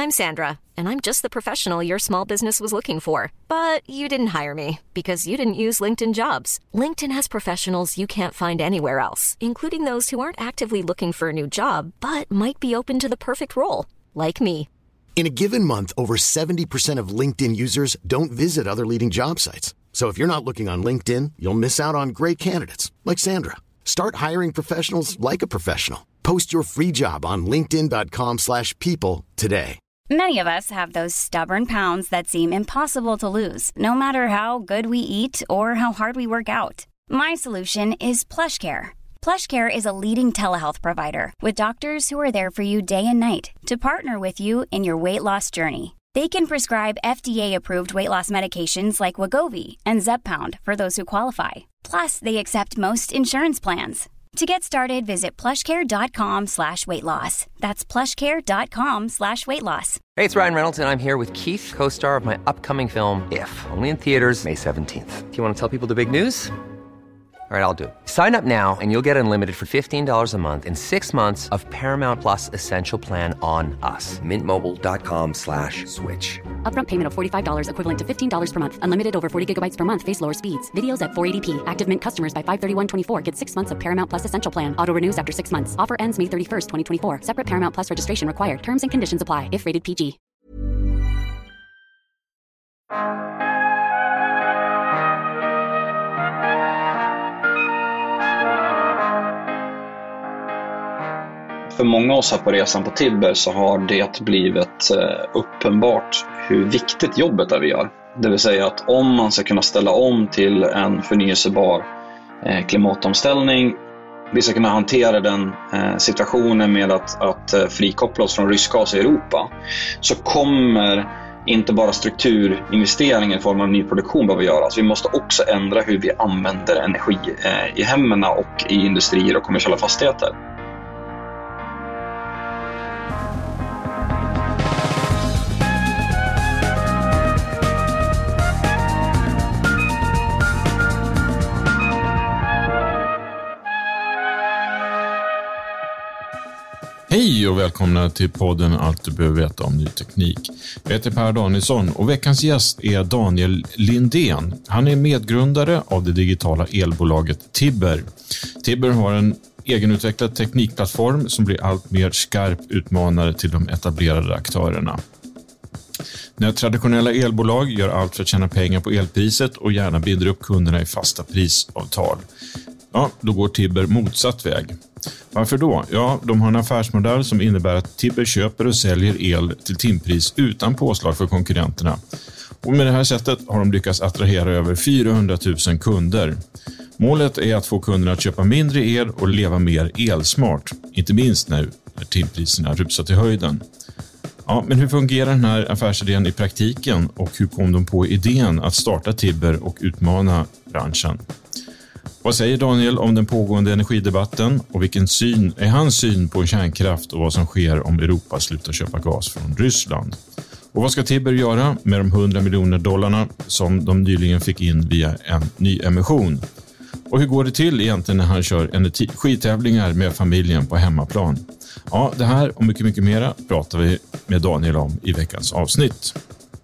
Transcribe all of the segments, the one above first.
I'm Sandra, and I'm just the professional your small business was looking for. But you didn't hire me because you didn't use LinkedIn Jobs. LinkedIn has professionals you can't find anywhere else, including those who aren't actively looking for a new job, but might be open to the perfect role, like me. In a given month, over 70% of LinkedIn users don't visit other leading job sites. So if you're not looking on LinkedIn, you'll miss out on great candidates like Sandra. Start hiring professionals like a professional. Post your free job on linkedin.com/people today. Many of us have those stubborn pounds that seem impossible to lose, no matter how good we eat or how hard we work out. My solution is PlushCare. PlushCare is a leading telehealth provider with doctors who are there for you day and night to partner with you in your weight loss journey. They can prescribe FDA-approved weight loss medications like Wegovy and Zepbound for those who qualify. Plus, they accept most insurance plans. To get started, visit plushcare.com/weightloss. That's plushcare.com/weightloss. Hey, it's Ryan Reynolds, and I'm here with Keith, co-star of my upcoming film, If, only in theaters May 17th. Do you want to tell people the big news? All right, I'll do it. Sign up now and you'll get unlimited for $15 a month and 6 months of Paramount Plus Essential Plan on us. MintMobile.com/switch. Upfront payment of $45 equivalent to $15 per month. Unlimited over 40 gigabytes per month. Face lower speeds. Videos at 480p. Active Mint customers by 531.24 get 6 months of Paramount Plus Essential Plan. Auto renews after 6 months. Offer ends May 31st, 2024. Separate Paramount Plus registration required. Terms and conditions apply if rated PG. För många av oss här på resan på Tibber så har det blivit uppenbart hur viktigt jobbet är vi gör. Det vill säga att om man ska kunna ställa om till en förnyelsebar klimatomställning, vi ska kunna hantera den situationen med att frikoppla oss från rysk gas i Europa, så kommer inte bara strukturinvesteringar i form av ny produktion behöver göras. Vi måste också ändra hur vi använder energi i hemmen och i industrier och kommersiella fastigheter. Hej och välkomna till podden Allt du behöver veta om ny teknik. Jag heter Per Danielsson och veckans gäst är Daniel Lindén. Han är medgrundare av det digitala elbolaget Tibber. Tibber har en egenutvecklad teknikplattform som blir allt mer skarp utmanare till de etablerade aktörerna. När traditionella elbolag gör allt för att tjäna pengar på elpriset och gärna binder upp kunderna i fasta prisavtal, då går Tibber motsatt väg. Varför då? Ja, de har en affärsmodell som innebär att Tibber köper och säljer el till timpris utan påslag för konkurrenterna. Och med det här sättet har de lyckats attrahera över 400 000 kunder. Målet är att få kunderna att köpa mindre el och leva mer elsmart, inte minst när timpriserna rusar till höjden. Ja, men hur fungerar den här affärsidén i praktiken och hur kom de på idén att starta Tibber och utmana branschen? Vad säger Daniel om den pågående energidebatten och vilken är hans syn på kärnkraft och vad som sker om Europa slutar köpa gas från Ryssland? Och vad ska Tibber göra med de $100 miljoner som de nyligen fick in via en ny emission? Och hur går det till egentligen när han kör energitävlingar med familjen på hemmaplan? Ja, det här och mycket, mycket mera pratar vi med Daniel om i veckans avsnitt.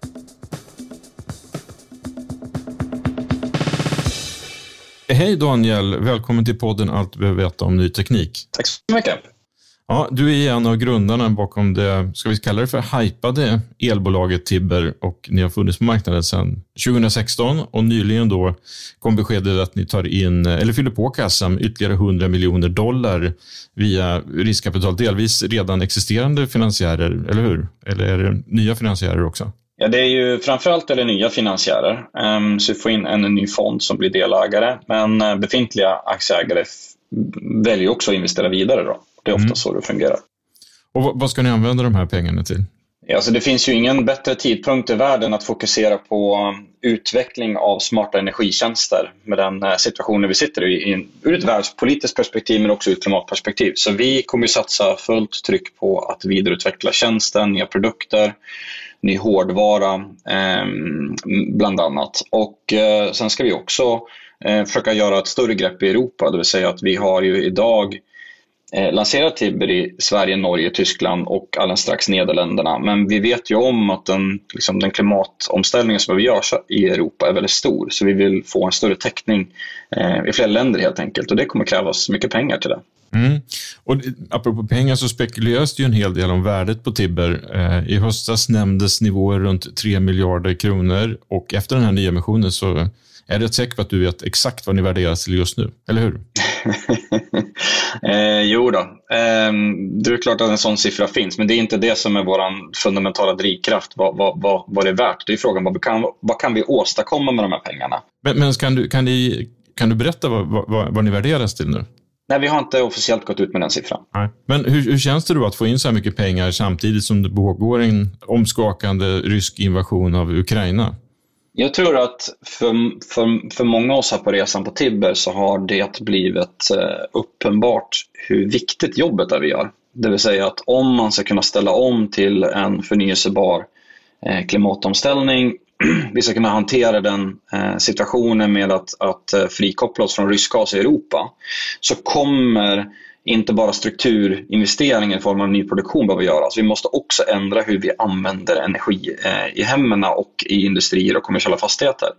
Hej Daniel, välkommen till podden Allt du behöver veta om ny teknik. Tack så mycket. Ja, du är en av grundarna bakom det, ska vi kalla det för hypade elbolaget Tibber, och ni har funnits på marknaden sedan 2016 och nyligen då kom beskedet att ni tar in, eller fyller på kassan med ytterligare $100 miljoner via riskkapital, delvis redan existerande finansiärer, eller hur? Eller är det nya finansiärer också? Ja, det är ju framförallt nya finansiärer, så vi får in en ny fond som blir delägare, men befintliga aktieägare väljer också att investera vidare då. Det är ofta så det fungerar. Och vad ska ni använda de här pengarna till? Ja, alltså det finns ju ingen bättre tidpunkt i världen att fokusera på utveckling av smarta energitjänster med den situationen vi sitter i ur ett världspolitiskt perspektiv men också ur ett klimatperspektiv. Så vi kommer att satsa fullt tryck på att vidareutveckla tjänsten, nya produkter, ny hårdvara bland annat. Och sen ska vi också försöka göra ett större grepp i Europa. Det vill säga att vi har ju idag lansera Tibber i Sverige, Norge, Tyskland och alldeles strax Nederländerna. Men vi vet ju om att den klimatomställningen som vi gör i Europa är väldigt stor. Så vi vill få en större täckning i fler länder helt enkelt. Och det kommer krävas mycket pengar till det. Och apropå pengar så spekuleras det ju en hel del om värdet på Tibber. I höstas nämndes nivåer runt 3 miljarder kronor. Och efter den här nya emissionen så är det säkert att du vet exakt vad ni värderas till just nu, eller hur? Jo då. Det är klart att en sån siffra finns, men det är inte det som är vår fundamentala drivkraft. Vad det är värt. Det är frågan vad kan vi åstadkomma med de här pengarna? Men kan du berätta vad ni värderas till nu? Nej, vi har inte officiellt gått ut med den siffran. Nej. Men hur känns det då att få in så här mycket pengar samtidigt som det pågår en omskakande rysk invasion av Ukraina? Jag tror att för många av oss här på resan på Tibber så har det blivit uppenbart hur viktigt jobbet är vi gör. Det vill säga att om man ska kunna ställa om till en förnyelsebar klimatomställning, vi ska kunna hantera den situationen med att frikoppla oss från rysk gas i Europa, så kommer inte bara strukturinvesteringar i form av ny produktion behöver göras. Vi måste också ändra hur vi använder energi i hemmen och i industrier och kommersiella fastigheter.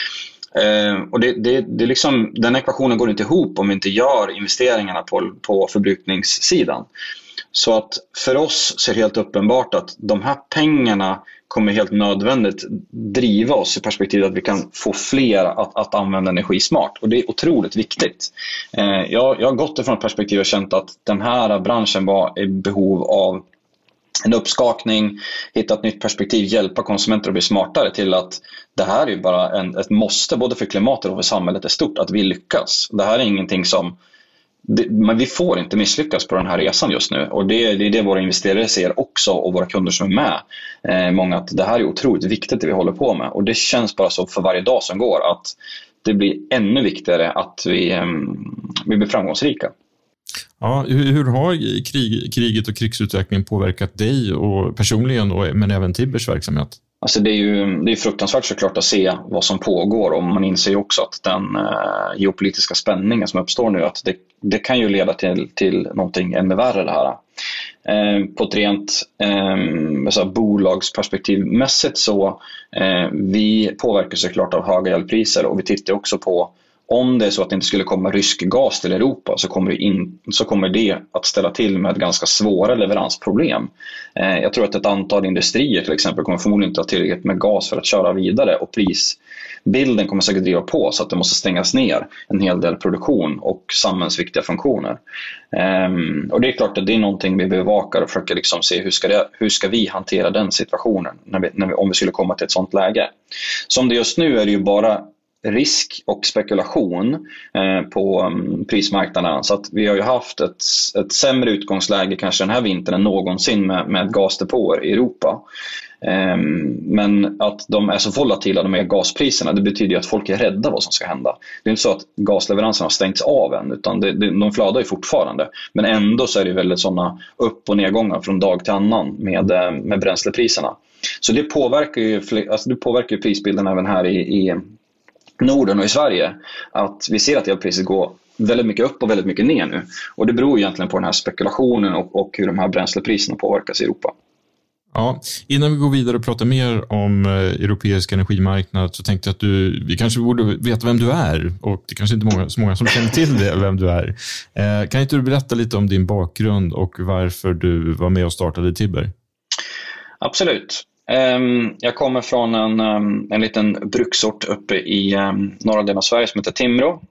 Och det är liksom, den ekvationen går inte ihop om vi inte gör investeringarna på förbrukningssidan. Så att för oss så är det helt uppenbart att de här pengarna kommer helt nödvändigt driva oss i perspektivet att vi kan få fler att använda energi smart. Och det är otroligt viktigt. Jag har gått ifrån ett perspektiv och känt att den här branschen var i behov av en uppskakning, hitta ett nytt perspektiv, hjälpa konsumenter att bli smartare, till att det här är ju bara ett måste både för klimatet och för samhället är stort att vi lyckas. Det här är ingenting som men vi får inte misslyckas på den här resan just nu, och det är det våra investerare ser också, och våra kunder som är med. Många, att det här är otroligt viktigt det vi håller på med, och det känns bara så för varje dag som går att det blir ännu viktigare att vi blir framgångsrika. Ja, hur har kriget och krigsutvecklingen påverkat dig och personligen, men även Tibbers verksamhet? Alltså det är fruktansvärt såklart att se vad som pågår, och man inser ju också att den geopolitiska spänningen som uppstår nu, att det kan ju leda till någonting ännu värre det här. På ett rent bolagsperspektivmässigt så vi påverkas såklart av höga elpriser, och vi tittar också på om det är så att det inte skulle komma rysk gas till Europa, så kommer det att ställa till med ganska svåra leveransproblem. Jag tror att ett antal industrier till exempel kommer förmodligen inte ha tillräckligt med gas för att köra vidare, och prisbilden kommer säkert driva på så att det måste stängas ner en hel del produktion och samhällsviktiga funktioner. Och det är klart att det är någonting vi bevakar och försöker liksom se hur ska vi hantera den situationen om vi skulle komma till ett sånt läge. Som det just nu är det ju bara risk och spekulation på prismarknaderna, så att vi har ju haft ett sämre utgångsläge kanske den här vintern än någonsin med gasdepåer i Europa. Men att de är så volatila, de här gaspriserna, det betyder ju att folk är rädda vad som ska hända. Det är inte så att gasleveranserna har stängts av än, utan de flödar ju fortfarande. Men ändå så är det väldigt sådana upp- och nedgångar från dag till annan med bränslepriserna. Så det påverkar ju prisbilden även här i Norden och i Sverige, att vi ser att elpriset går väldigt mycket upp och väldigt mycket ner nu. Och det beror egentligen på den här spekulationen och hur de här bränslepriserna påverkas i Europa. Ja, innan vi går vidare och pratar mer om europeisk energimarknad, så tänkte jag att vi kanske borde veta vem du är, och det kanske inte så många som känner till vem du är. Kan inte du berätta lite om din bakgrund och varför du var med och startade Tibber? Absolut. Jag kommer från en liten bruksort uppe i norra delen av Sverige som heter Timrå.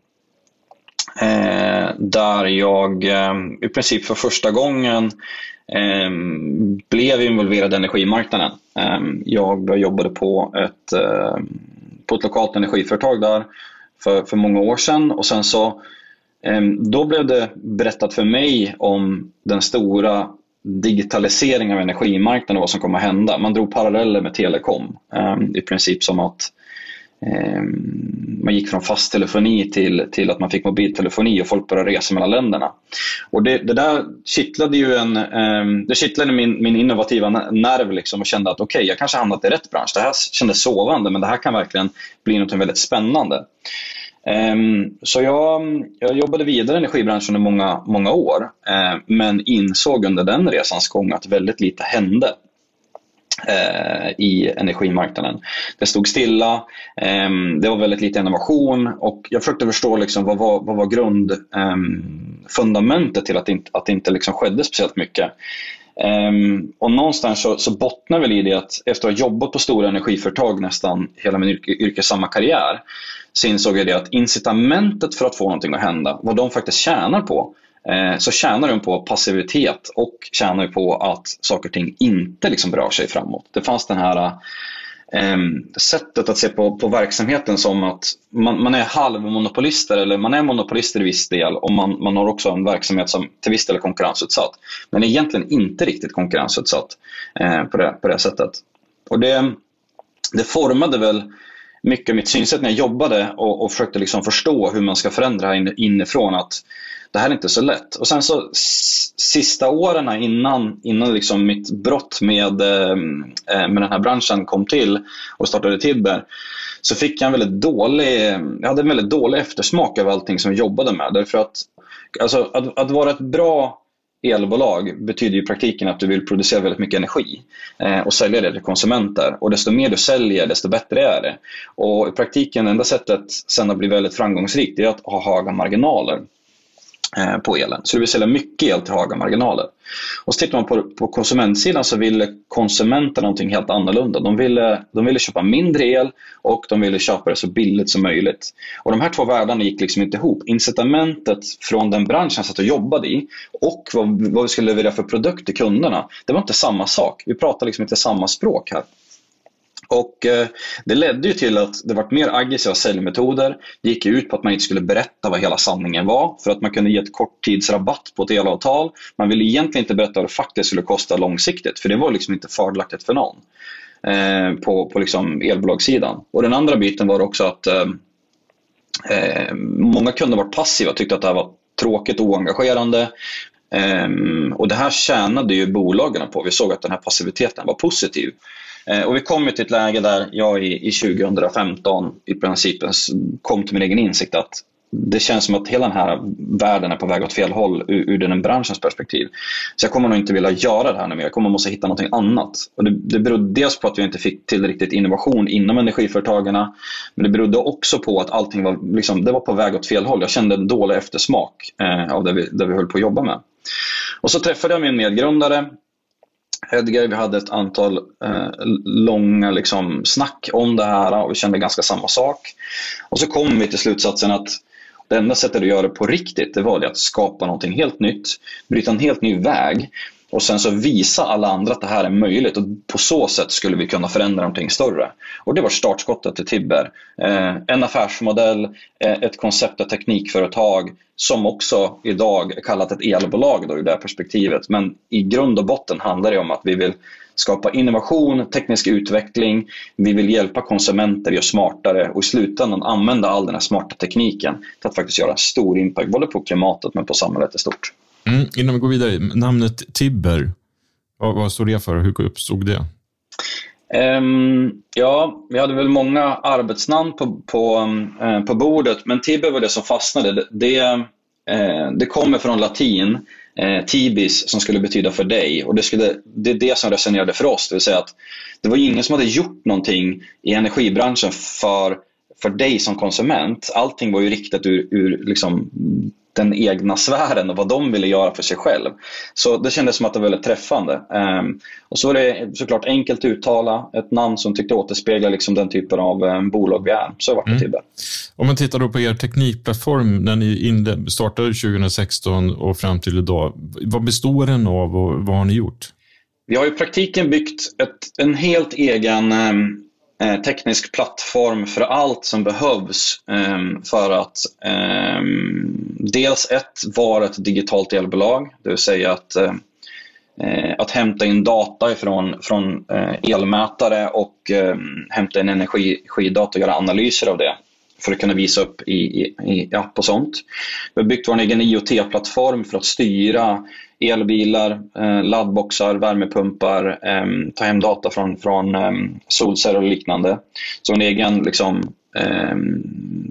Där jag i princip för första gången blev involverad i energimarknaden. Jag jobbade på ett lokalt energiföretag där för många år sedan, och sen så då blev det berättat för mig om den stora digitalisering av energimarknaden och vad som kommer att hända. Man drog paralleller med telekom. I princip som att man gick från fast telefoni till att man fick mobiltelefoni och folk började resa mellan länderna. Och det där kittlade ju det kittlade min innovativa nerv liksom, och kände att okej, jag kanske hamnat i rätt bransch. Det här kändes sovande, men det här kan verkligen bli något väldigt spännande. Så jag jobbade vidare i energibranschen i många år, men insåg under den resans gång att väldigt lite hände i energimarknaden. Det stod stilla, det var väldigt lite innovation, och jag försökte förstå liksom vad var grundfundamentet till att det inte liksom skedde speciellt mycket. Och någonstans så bottnar väl i det att efter att ha jobbat på stora energiföretag nästan hela min yrkessamma karriär, så insåg jag det att incitamentet för att få någonting att hända, vad de faktiskt tjänar på, så tjänar de på passivitet och tjänar på att saker och ting inte liksom rör sig framåt. Det fanns den här sättet att se på verksamheten som att man är halvmonopolister, eller man är monopolister i viss del, och man har också en verksamhet som till viss del är konkurrensutsatt, men egentligen inte riktigt konkurrensutsatt på det sättet. Och det formade väl mycket mitt synsätt när jag jobbade och försökte liksom förstå hur man ska förändra inifrån, att det här är inte så lätt. Och sen så sista åren innan liksom mitt brott med den här branschen kom till och startade Tibber, så fick jag en väldigt dålig eftersmak av allting som jag jobbade med. Därför att att vara ett bra elbolag betyder ju i praktiken att du vill producera väldigt mycket energi och sälja det till konsumenter. Och desto mer du säljer, desto bättre är det. Och i praktiken, enda sättet sen att bli väldigt framgångsrikt är att ha höga marginaler på elen. Så du vill sälja mycket el till höga marginaler. Och så tittar man på konsumentsidan, så ville konsumenterna någonting helt annorlunda. De ville köpa mindre el, och de ville köpa det så billigt som möjligt. Och de här två världarna gick liksom inte ihop. Incitamentet från den branschen som jag jobbade i och vad vi skulle leverera för produkt till kunderna, det var inte samma sak. Vi pratade liksom inte samma språk här. Och det ledde ju till att det var mer aggressiva säljmetoder. Det gick ut på att man inte skulle berätta vad hela sanningen var, för att man kunde ge ett korttidsrabatt på ett elavtal. Man ville egentligen inte berätta vad det faktiskt skulle kosta långsiktigt, för det var liksom inte fördelaktigt för någon på liksom elbolagssidan. Och den andra biten var också att många kunder var passiva, tyckte att det här var tråkigt och oengagerande. Och det här tjänade ju bolagen på. Vi såg att den här passiviteten var positiv. Och vi kom till ett läge där jag i 2015 i princip kom till min egen insikt att det känns som att hela den här världen är på väg åt fel håll ur den branschens perspektiv. Så jag kommer nog inte vilja göra det här mer. Jag kommer måste hitta något annat. Och det berodde dels på att vi inte fick till riktigt innovation inom energiföretagarna, men det berodde också på att allting var, liksom, det var på väg åt fel håll. Jag kände en dålig eftersmak av det vi höll på att jobba med. Och så träffade jag min medgrundare Edgar. Vi hade ett antal långa liksom snack om det här, och vi kände ganska samma sak. Och så kom vi till slutsatsen att det enda sättet att göra det på riktigt, det var det att skapa någonting helt nytt, bryta en helt ny väg, och sen så visa alla andra att det här är möjligt, och på så sätt skulle vi kunna förändra någonting större. Och det var startskottet till Tibber. En affärsmodell, ett koncept, ett teknikföretag som också idag är kallat ett elbolag då, ur det här perspektivet. Men i grund och botten handlar det om att vi vill skapa innovation, teknisk utveckling, vi vill hjälpa konsumenter att göra smartare, och i slutändan använda all den här smarta tekniken till att faktiskt göra en stor impact både på klimatet men på samhället i stort. Innan vi går vidare, namnet Tibber, vad står det för och hur uppstod det? Ja, vi hade väl många arbetsnamn på bordet, men Tibber var det som fastnade. Det kommer från latin, tibis, som skulle betyda för dig, och det är det som resonerade för oss. Det vill säga att det var ingen som hade gjort någonting i energibranschen för dig som konsument. Allting var ju riktat ur liksom den egna sfären och vad de ville göra för sig själv. Så det kändes som att det var väldigt träffande. Och så är det såklart enkelt att uttala ett namn som tyckte återspegla liksom den typen av bolag vi är. Så var det Tibber. Om man tittar då på er teknikplattform när ni startade 2016 och fram till idag, vad består den av och vad har ni gjort? Vi har i praktiken byggt en helt egen teknisk plattform för allt som behövs för att dels vara ett digitalt elbolag, det vill säga att hämta in data från elmätare och hämta in energidata och göra analyser av det för att kunna visa upp i app och sånt. Vi har byggt vår egen IoT-plattform för att styra elbilar, laddboxar, värmepumpar, ta hem data från solceller och liknande. Så en egen liksom,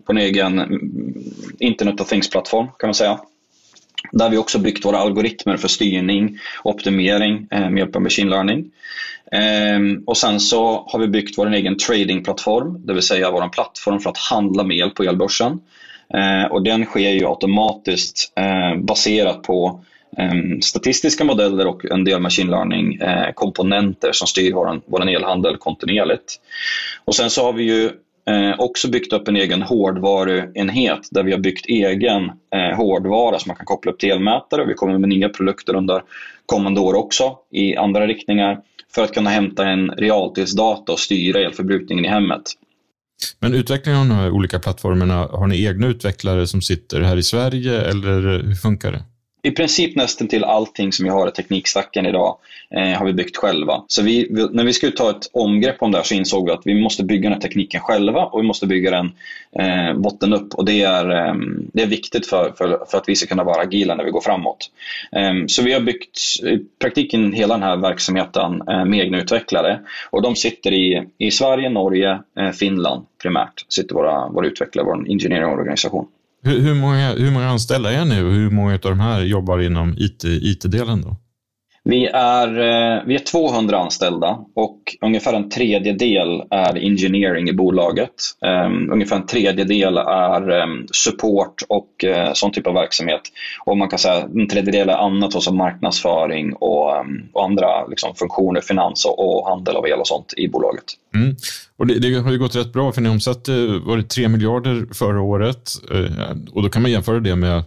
en egen Internet of Things-plattform kan man säga. Där vi också byggt våra algoritmer för styrning och optimering med hjälp av machine learning. Och sen så har vi byggt vår egen tradingplattform, det vill säga vår plattform för att handla med el på elbörsen. Och den sker ju automatiskt baserat på statistiska modeller och en del machine learning komponenter som styr vår elhandel kontinuerligt. Och sen så har vi ju också byggt upp en egen hårdvaruenhet där vi har byggt egen hårdvara som man kan koppla upp till elmätare. Vi kommer med nya produkter under kommande år också i andra riktningar för att kunna hämta en realtidsdata och styra elförbrukningen i hemmet. Men utvecklingen av de här olika plattformarna, har ni egna utvecklare som sitter här i Sverige eller hur funkar det? I princip nästan till allting som vi har i teknikstacken idag har vi byggt själva. Så när vi skulle ta ett omgrepp om det här så insåg vi att vi måste bygga den här tekniken själva och vi måste bygga den botten upp. Och det är viktigt för att vi ska kunna vara agila när vi går framåt. Så vi har byggt i praktiken hela den här verksamheten med egna utvecklare. Och de sitter i Sverige, Norge, Finland primärt. Sitter våra utvecklare, vår engineering-organisation. Hur många anställda är ni och hur många av de här jobbar inom IT-delen då? Vi är 200 anställda och ungefär en tredjedel är engineering i bolaget. Ungefär en tredjedel är support och sån typ av verksamhet. Och man kan säga en tredjedel är annat som marknadsföring och andra liksom, funktioner, finans och handel av el och sånt i bolaget. Mm. Och det har ju gått rätt bra för ni omsatte var det 3 miljarder förra året och då kan man jämföra det med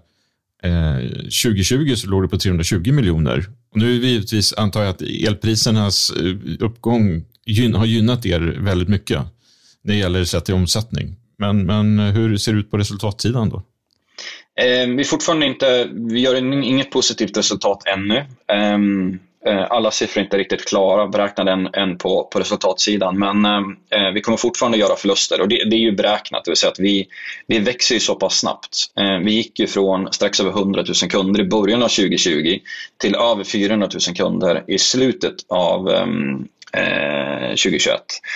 2020 så låg det på 320 miljoner. Och nu är vi givetvis antar jag att elprisernas uppgång har gynnat er väldigt mycket när det gäller sett till omsättning. Men hur ser det ut på resultatsidan då? Vi gör inget positivt resultat ännu. Alla siffror är inte riktigt klara, beräknade än på resultatsidan, men vi kommer fortfarande göra förluster och det är ju beräknat, det vill säga att vi växer ju så pass snabbt. Vi gick ju från strax över 100 000 kunder i början av 2020 till över 400 000 kunder i slutet av 2021.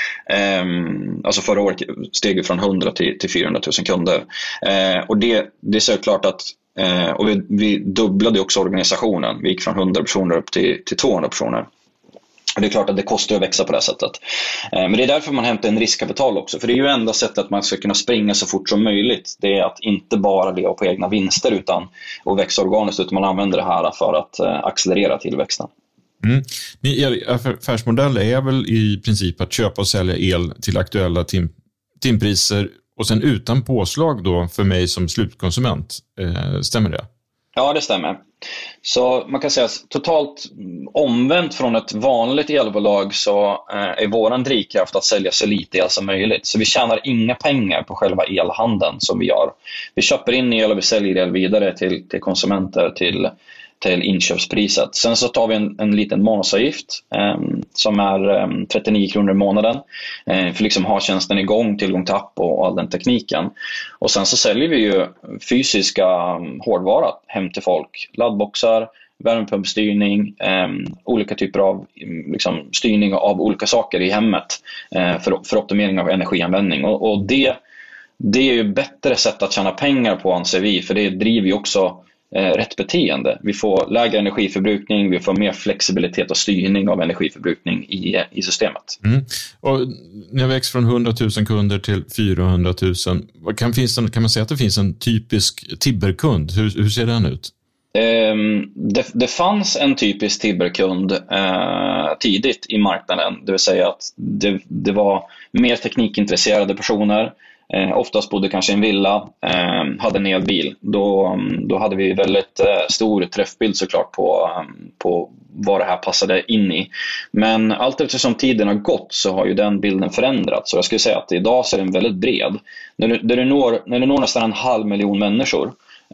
Alltså förra året steg vi från 100 till 400 000 kunder. Och det är så klart att och vi dubblade också organisationen. Vi gick från 100 personer upp till 200 personer. Och det är klart att det kostar att växa på det sättet. Men det är därför man hämtar en riskkapital också. För det är ju enda sättet att man ska kunna springa så fort som möjligt. Det är att inte bara leva på egna vinster utan att växa organiskt, utan man använder det här för att accelerera tillväxten. Er affärsmodell är väl i princip att köpa och sälja el till aktuella timpriser och sen utan påslag då för mig som slutkonsument. Stämmer det? Ja, det stämmer. Så man kan säga att totalt omvänt från ett vanligt elbolag så är våran drivkraft att sälja så lite el som möjligt. Så vi tjänar inga pengar på själva elhandeln som vi gör. Vi köper in el och vi säljer el vidare till konsumenter till inköpspriset. Sen så tar vi en liten månadsavgift som är 39 kronor i månaden för liksom ha tjänsten igång, tillgång till app och all den tekniken. Och sen så säljer vi ju fysiska hårdvara hem till folk. Laddboxar, värmepumpstyrning, olika typer av liksom, styrning av olika saker i hemmet för optimering av energianvändning. Och det är ju bättre sätt att tjäna pengar på anser vi, för det driver ju också rätt beteende. Vi får lägre energiförbrukning, vi får mer flexibilitet och styrning av energiförbrukning i systemet. Och när jag växer från 100 000 kunder till 400 000, kan man säga att det finns en typisk Tibber-kund? Hur ser den ut? Det fanns en typisk Tibber-kund tidigt i marknaden, det vill säga att det var mer teknikintresserade personer. Oftast bodde kanske i en villa, hade en elbil. Då hade vi väldigt stor träffbild såklart på vad det här passade in i. Men allt eftersom tiden har gått så har ju den bilden förändrats. Så jag skulle säga att idag så är den väldigt bred. När du når nästan 500 000 människor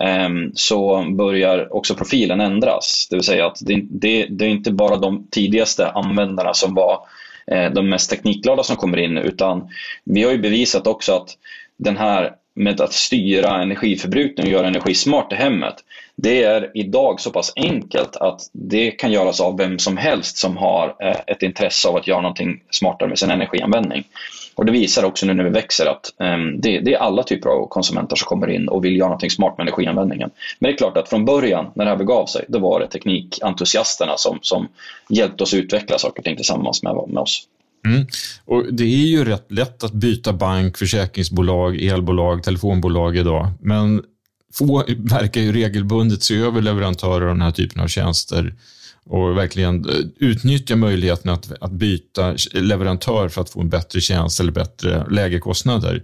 så börjar också profilen ändras. Det vill säga att det är inte bara de tidigaste användarna som var de mest teknikglada som kommer in, utan vi har ju bevisat också att den här med att styra energiförbrukning och göra energismart i hemmet, det är idag så pass enkelt att det kan göras av vem som helst som har ett intresse av att göra någonting smartare med sin energianvändning. Och det visar också nu när vi växer att det är alla typer av konsumenter som kommer in och vill göra någonting smart med energianvändningen. Men det är klart att från början när det här begav sig, då var det teknikentusiasterna som hjälpte oss utveckla saker och ting tillsammans med oss. Mm. Och det är ju rätt lätt att byta bank, försäkringsbolag, elbolag, telefonbolag idag. Men få verkar ju regelbundet se över leverantörer av den här typen av tjänster och verkligen utnyttja möjligheten att byta leverantör för att få en bättre tjänst eller bättre lägre kostnader.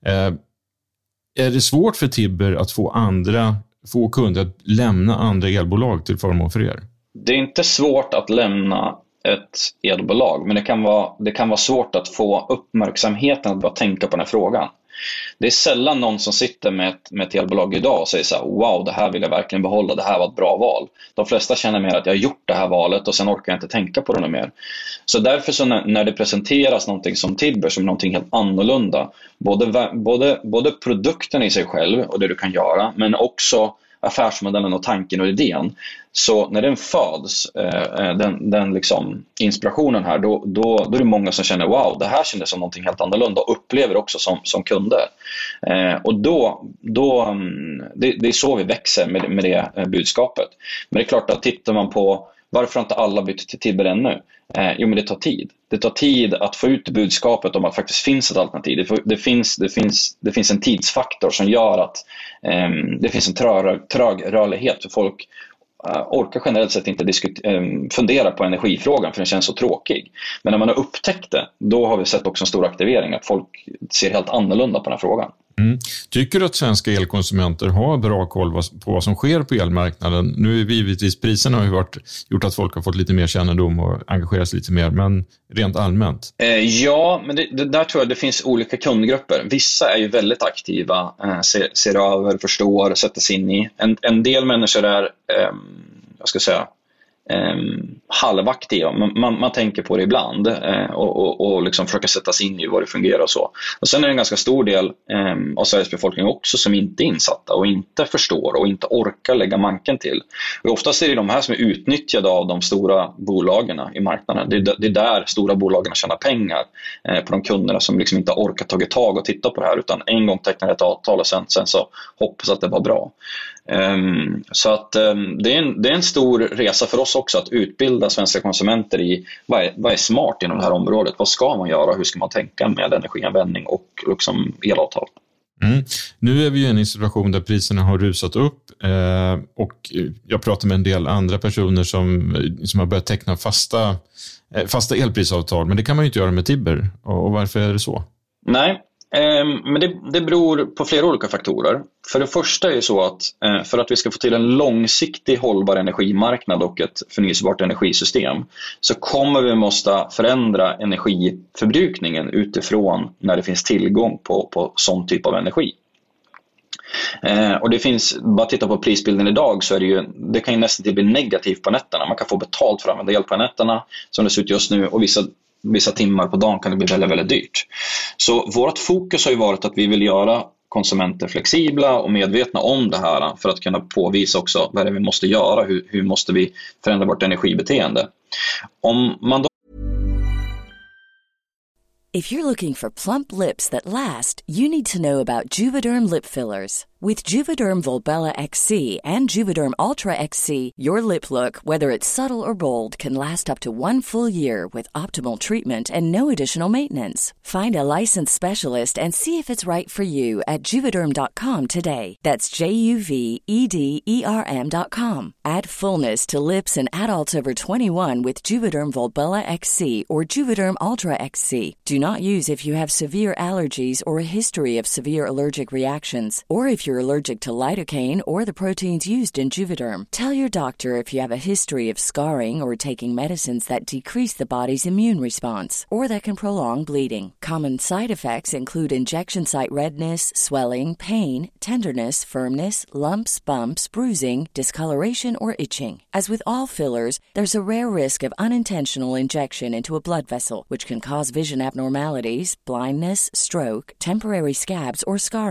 Är det svårt för Tibber att få kunder att lämna andra elbolag till förmån för er? Det är inte svårt att lämna ett elbolag, men det kan vara svårt att få uppmärksamheten att bara tänka på den här frågan. Det är sällan någon som sitter med ett elbolag idag och säger så här: wow, det här vill jag verkligen behålla, det här var ett bra val. De flesta känner mer att jag har gjort det här valet och sen orkar jag inte tänka på det mer. Så därför så när det presenteras någonting som Tibber som någonting helt annorlunda, både produkten i sig själv och det du kan göra, men också affärsmodellen och tanken och idén. Så när den föds, den liksom inspirationen här, då är det många som känner wow, det här kändes som någonting helt annorlunda och upplever också som kunder. Och det är så vi växer med det budskapet. Men det är klart att tittar man på varför inte alla bytt till Tibber ännu? Jo, men det tar tid. Det tar tid att få ut budskapet om att faktiskt finns ett alternativ. Det finns en tidsfaktor som gör att det finns en trög rörlighet för folk. Orkar generellt sett inte fundera på energifrågan för den känns så tråkig. Men när man har upptäckt det, då har vi sett också en stor aktivering att folk ser helt annorlunda på den här frågan. Mm. Tycker du att svenska elkonsumenter har bra koll på vad som sker på elmarknaden? Nu är givetvis priserna har ju gjort att folk har fått lite mer kännedom och engageras lite mer, men rent allmänt? Ja, men det där tror jag det finns olika kundgrupper. Vissa är ju väldigt aktiva, ser över, förstår, sätter sig in i. En del människor är, jag ska säga, halvaktiva. Man tänker på det ibland och liksom försöker sätta sig in i vad det fungerar och så. Och sen är det en ganska stor del av Sveriges befolkning också som inte är insatta och inte förstår och inte orkar lägga manken till. Och oftast är det de här som är utnyttjade av de stora bolagen i marknaden. Det är där stora bolagen tjänar pengar på de kunderna som liksom inte orkar ta tag och titta på det här, utan en gång tecknar ett avtal och sen så hoppas att det var bra. Så att det är en stor resa för oss också att utbilda svenska konsumenter i vad är smart inom det här området. Vad ska man göra? Hur ska man tänka med energianvändning och liksom elavtal? Mm. Nu är vi ju i en situation där priserna har rusat upp och jag pratar med en del andra personer som har börjat teckna fasta elprisavtal, men det kan man ju inte göra med Tibber. Och varför är det så? Nej. Men det beror på flera olika faktorer. För det första är det så att för att vi ska få till en långsiktig hållbar energimarknad och ett förnyelsebart energisystem så kommer vi måste förändra energiförbrukningen utifrån när det finns tillgång på sån typ av energi. Och det finns, bara titta på prisbilden idag så är det kan ju nästan bli negativt på nätterna. Man kan få betalt för att använda el på nätterna som det ser ut just nu, och vissa timmar på dagen kan det bli väldigt, väldigt dyrt. Så vårt fokus har ju varit att vi vill göra konsumenter flexibla och medvetna om det här för att kunna påvisa också vad det är vi måste göra, hur måste vi förändra vårt energibeteende. Om man då... If you're looking for plump lips that last, you need to know about Juvederm lip fillers. With Juvederm Volbella XC and Juvederm Ultra XC, your lip look, whether it's subtle or bold, can last up to 1 full year with optimal treatment and no additional maintenance. Find a licensed specialist and see if it's right for you at Juvederm.com today. That's JUVEDERM.com. Add fullness to lips in adults over 21 with Juvederm Volbella XC or Juvederm Ultra XC. Do not use if you have severe allergies or a history of severe allergic reactions, or if you're allergic to lidocaine or the proteins used in Juvederm. Tell your doctor if you have a history of scarring or taking medicines that decrease the body's immune response or that can prolong bleeding. Common side effects include injection site redness, swelling, pain, tenderness, firmness, lumps, bumps, bruising, discoloration, or itching. As with all fillers, there's a rare risk of unintentional injection into a blood vessel, which can cause vision abnormalities, blindness, stroke, temporary scabs, or scarring.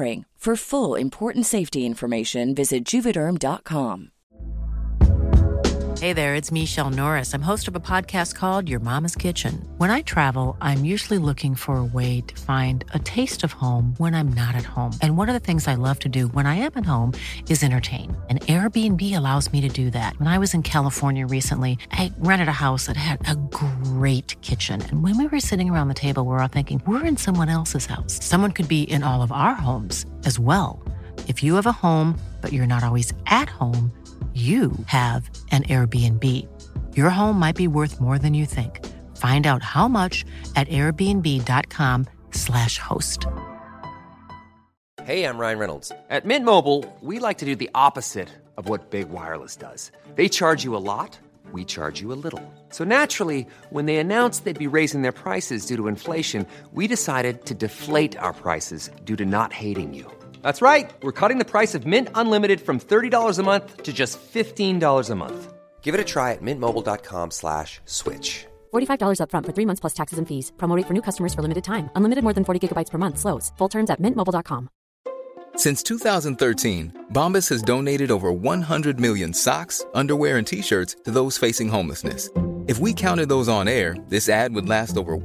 For full, important safety information, visit Juvederm.com. Hey there, it's Michelle Norris. I'm host of a podcast called Your Mama's Kitchen. When I travel, I'm usually looking for a way to find a taste of home when I'm not at home. And one of the things I love to do when I am at home is entertain. And Airbnb allows me to do that. When I was in California recently, I rented a house that had a great kitchen. And when we were sitting around the table, we were all thinking, we're in someone else's house. Someone could be in all of our homes as well. If you have a home, but you're not always at home, you have an Airbnb. Your home might be worth more than you think. Find out how much at airbnb.com/host. Hey, I'm Ryan Reynolds. At Mint Mobile, we like to do the opposite of what Big Wireless does. They charge you a lot, we charge you a little. So naturally, when they announced they'd be raising their prices due to inflation, we decided to deflate our prices due to not hating you. That's right. We're cutting the price of Mint Unlimited from $30 a month to just $15 a month. Give it a try at mintmobile.com/switch. $45 up front for 3 months plus taxes and fees. Promo rate for new customers for limited time. Unlimited more than 40 gigabytes per month. Slows full terms at mintmobile.com. Since 2013, Bombas has donated over 100 million socks, underwear, and T-shirts to those facing homelessness. If we counted those on air, this ad would last over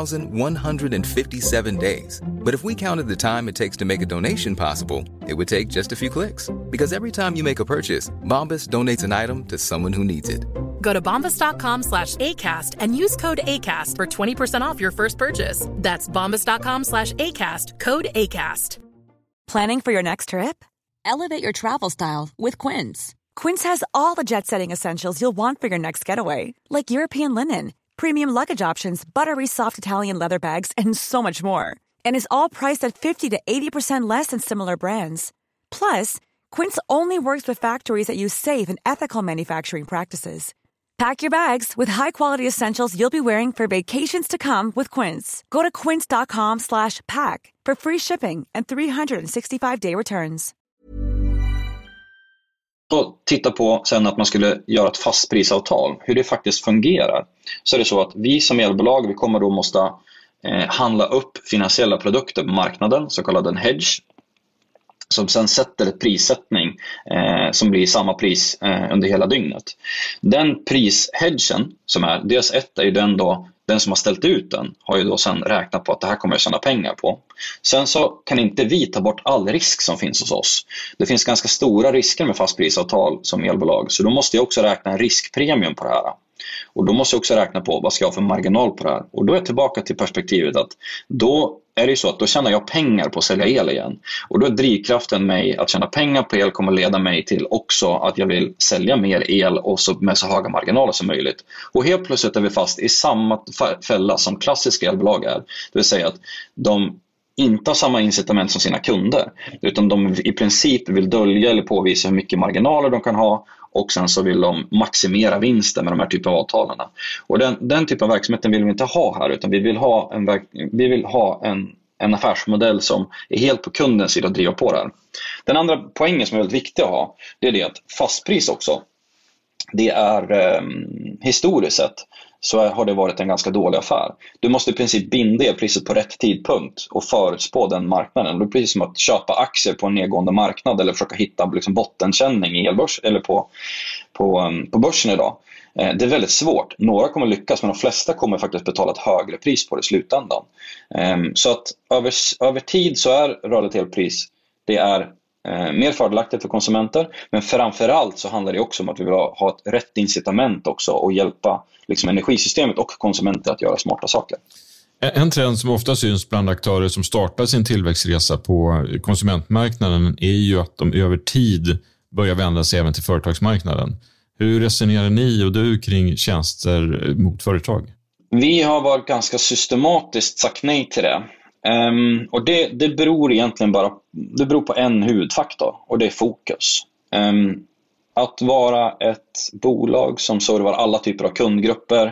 1,157 days. But if we counted the time it takes to make a donation possible, it would take just a few clicks. Because every time you make a purchase, Bombas donates an item to someone who needs it. Go to bombas.com/ACAST and use code ACAST for 20% off your first purchase. That's bombas.com/ACAST, code ACAST. Planning for your next trip? Elevate your travel style with Quince. Quince has all the jet-setting essentials you'll want for your next getaway, like European linen, premium luggage options, buttery soft Italian leather bags, and so much more. And is all priced at 50 to 80% less than similar brands. Plus, Quince only works with factories that use safe and ethical manufacturing practices. Pack your bags with high-quality essentials you'll be wearing for vacations to come with Quince. Go to quince.com/pack for free shipping and 365-day returns. Och titta på sen att man skulle göra ett fastprisavtal, hur det faktiskt fungerar. Så är det så att vi som elbolag, vi kommer då måste handla upp finansiella produkter på marknaden, så kallad en hedge, som sen sätter ett prissättning som blir samma pris under hela dygnet. Den prishedgen som är, dels ett är ju den som har ställt ut den har ju då sen räknat på att det här kommer jag tjäna pengar på. Sen så kan inte vi ta bort all risk som finns hos oss. Det finns ganska stora risker med fastprisavtal som elbolag, så då måste jag också räkna en riskpremium på det här. Och då måste jag också räkna på vad ska jag ha för marginal på det här. Och då är jag tillbaka till perspektivet att då är det så att då tjänar jag pengar på att sälja el igen. Och då är drivkraften mig att tjäna pengar på el kommer leda mig till också att jag vill sälja mer el och så med så höga marginaler som möjligt. Och helt plötsligt är vi fast i samma fälla som klassiska elbolag är. Det vill säga att de inte har samma incitament som sina kunder, utan de i princip vill dölja eller påvisa hur mycket marginaler de kan ha, och sen så vill de maximera vinsten med de här typen av avtalen. Och den typen av verksamheten vill vi inte ha här, utan vi vill ha en affärsmodell som är helt på kundens sida att driva på det här. Den andra poängen som är väldigt viktig att ha, det är det att fastpris också, det är historiskt sett så har det varit en ganska dålig affär. Du måste i princip binda priset på rätt tidpunkt och förutspå den marknaden. Det är precis som att köpa aktier på en nedgående marknad eller försöka hitta liksom bottenkänning i elbörs eller på börsen idag. Det är väldigt svårt. Några kommer lyckas, men de flesta kommer faktiskt betala ett högre pris på det i slutändan. Så att över tid så är rörligt elpris, det är mer fördelaktigt för konsumenter, men framförallt så handlar det också om att vi vill ha ett rätt incitament också och hjälpa liksom energisystemet och konsumenter att göra smarta saker. En trend som ofta syns bland aktörer som startar sin tillväxtresa på konsumentmarknaden är ju att de över tid börjar vända sig även till företagsmarknaden. Hur resonerar ni och du kring tjänster mot företag? Vi har varit ganska systematiskt sagt nej till det. Och det beror egentligen beror på en huvudfaktor, och det är fokus. Att vara ett bolag som servar alla typer av kundgrupper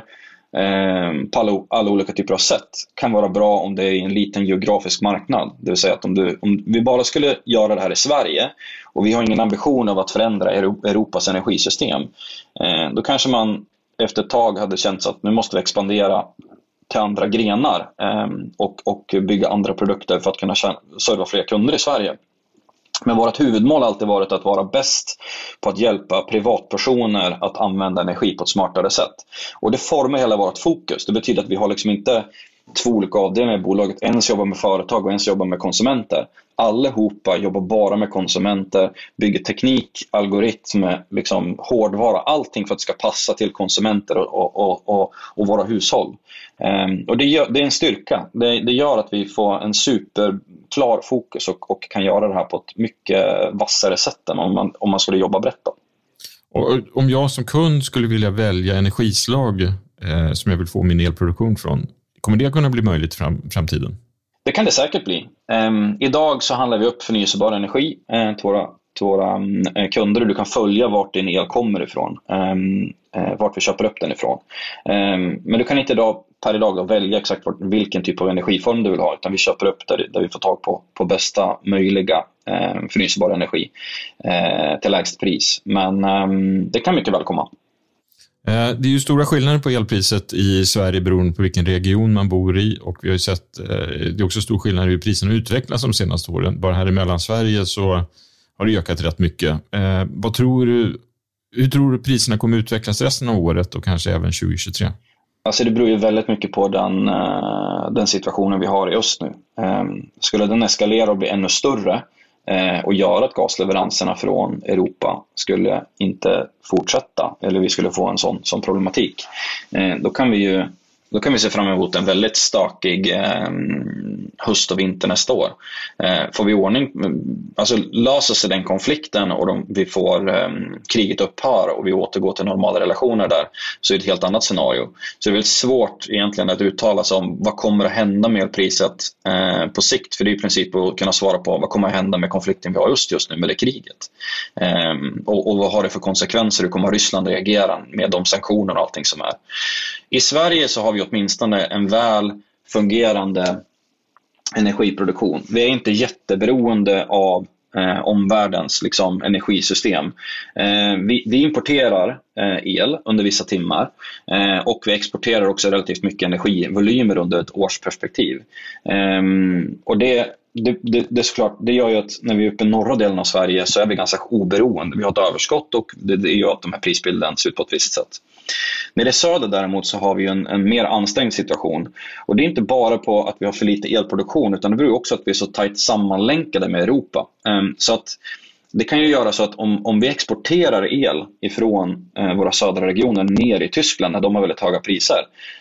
på alla olika typer av sätt kan vara bra om det är en liten geografisk marknad. Det vill säga att om vi bara skulle göra det här i Sverige och vi har ingen ambition av att förändra Europas energisystem, då kanske man efter ett tag hade känt att nu måste vi expandera till andra grenar och bygga andra produkter för att kunna serva fler kunder i Sverige. Men vårt huvudmål har alltid varit att vara bäst på att hjälpa privatpersoner att använda energi på ett smartare sätt. Och det formar hela vårt fokus. Det betyder att vi har liksom inte 2 olika avdelningar i bolaget. En jobbar med företag och en jobbar med konsumenter. Allihopa jobbar bara med konsumenter, bygger teknik, algoritmer, liksom hårdvara, allting för att det ska passa till konsumenter och våra hushåll. Och det är en styrka. Det gör att vi får en superklar fokus och kan göra det här på ett mycket vassare sätt än om man skulle jobba brett. Och om jag som kund skulle vilja välja energislag som jag vill få min elproduktion från, kommer det kunna bli möjligt i framtiden? Det kan det säkert bli. Idag så handlar vi upp förnyelsebar energi till våra kunder, och du kan följa vart din el kommer ifrån, vart vi köper upp den ifrån. Men du kan inte per idag välja exakt vilken typ av energiform du vill ha, utan vi köper upp där vi får tag på bästa möjliga förnyelsebar energi till lägst pris. Men det kan mycket väl komma. Det är ju stora skillnader på elpriset i Sverige beroende på vilken region man bor i, och vi har ju sett det är också stor skillnad i hur priserna utvecklas de senaste åren. Bara här i Mellansverige så har det ökat rätt mycket. Hur tror du priserna kommer utvecklas resten av året och kanske även 2023? Alltså det beror ju väldigt mycket på den situationen vi har just nu. Skulle den eskalera och bli ännu större och göra att gasleveranserna från Europa skulle inte fortsätta, eller vi skulle få en sån problematik, då kan vi se fram emot en väldigt stökig höst och vinter nästa år. Får vi ordning, alltså löser sig den konflikten och vi får kriget upphör och vi återgår till normala relationer där, så är det ett helt annat scenario. Så det är väldigt svårt egentligen att uttala sig om vad kommer att hända med elpriset på sikt, för det är i princip att kunna svara på vad kommer att hända med konflikten vi har just nu med det kriget. Och vad har det för konsekvenser, hur kommer Ryssland reagera med de sanktioner och allting som är. I Sverige så har vi åtminstone en väl fungerande energiproduktion. Vi är inte jätteberoende av omvärldens liksom, energisystem. Vi importerar el under vissa timmar och vi exporterar också relativt mycket energivolymer under ett årsperspektiv. Och det såklart, det gör ju att när vi är uppe i norra delen av Sverige så är vi ganska oberoende. Vi har ett överskott och det gör att de här prisbilden ser ut på ett visst sätt. När det är söder däremot så har vi en mer ansträngd situation. Och det är inte bara på att vi har för lite elproduktion, utan det beror också att vi är så tajt sammanlänkade med Europa. Så att det kan ju göra så att om vi exporterar el ifrån våra södra regioner ner i Tyskland när de har väldigt höga priser,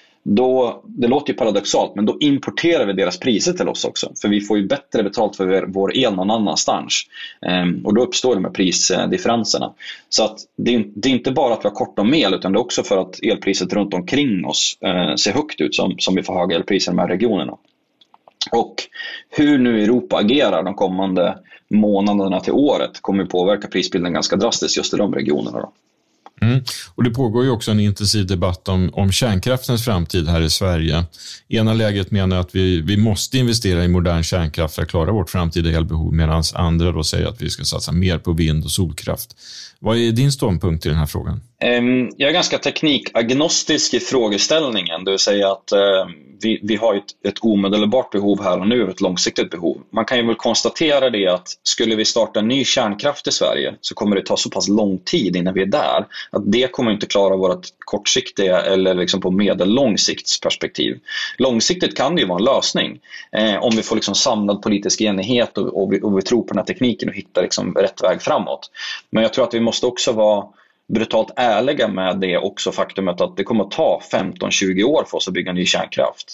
då, det låter ju paradoxalt, men då importerar vi deras priser till oss också. För vi får ju bättre betalt för vår el någon annanstans. Och då uppstår de här prisdifferenserna. Så att det är inte bara att vi har kort om el, utan det är också för att elpriset runt omkring oss ser högt ut som vi får höga elpriser i de här regionerna. Och hur nu Europa agerar de kommande månaderna till året kommer påverka prisbilden ganska drastiskt just i de regionerna då. Och det pågår ju också en intensiv debatt om kärnkraftens framtid här i Sverige. Ena läget menar att vi måste investera i modern kärnkraft för att klara vårt framtida elbehov, medan andra då säger att vi ska satsa mer på vind- och solkraft. Vad är din ståndpunkt i den här frågan? Jag är ganska teknikagnostisk i frågeställningen. Det vill säga att vi har ett omedelbart behov här och nu, ett långsiktigt behov. Man kan ju väl konstatera det att skulle vi starta ny kärnkraft i Sverige så kommer det ta så pass lång tid innan vi är där att det kommer inte klara vårt kortsiktiga eller liksom på medellångsiktsperspektiv. Långsiktigt kan det ju vara en lösning om vi får liksom samlad politisk enighet och vi tror på den här tekniken och hittar liksom rätt väg framåt. Men jag tror att vi måste också vara brutalt ärliga med det också, faktumet att det kommer att ta 15-20 år för oss att bygga ny kärnkraft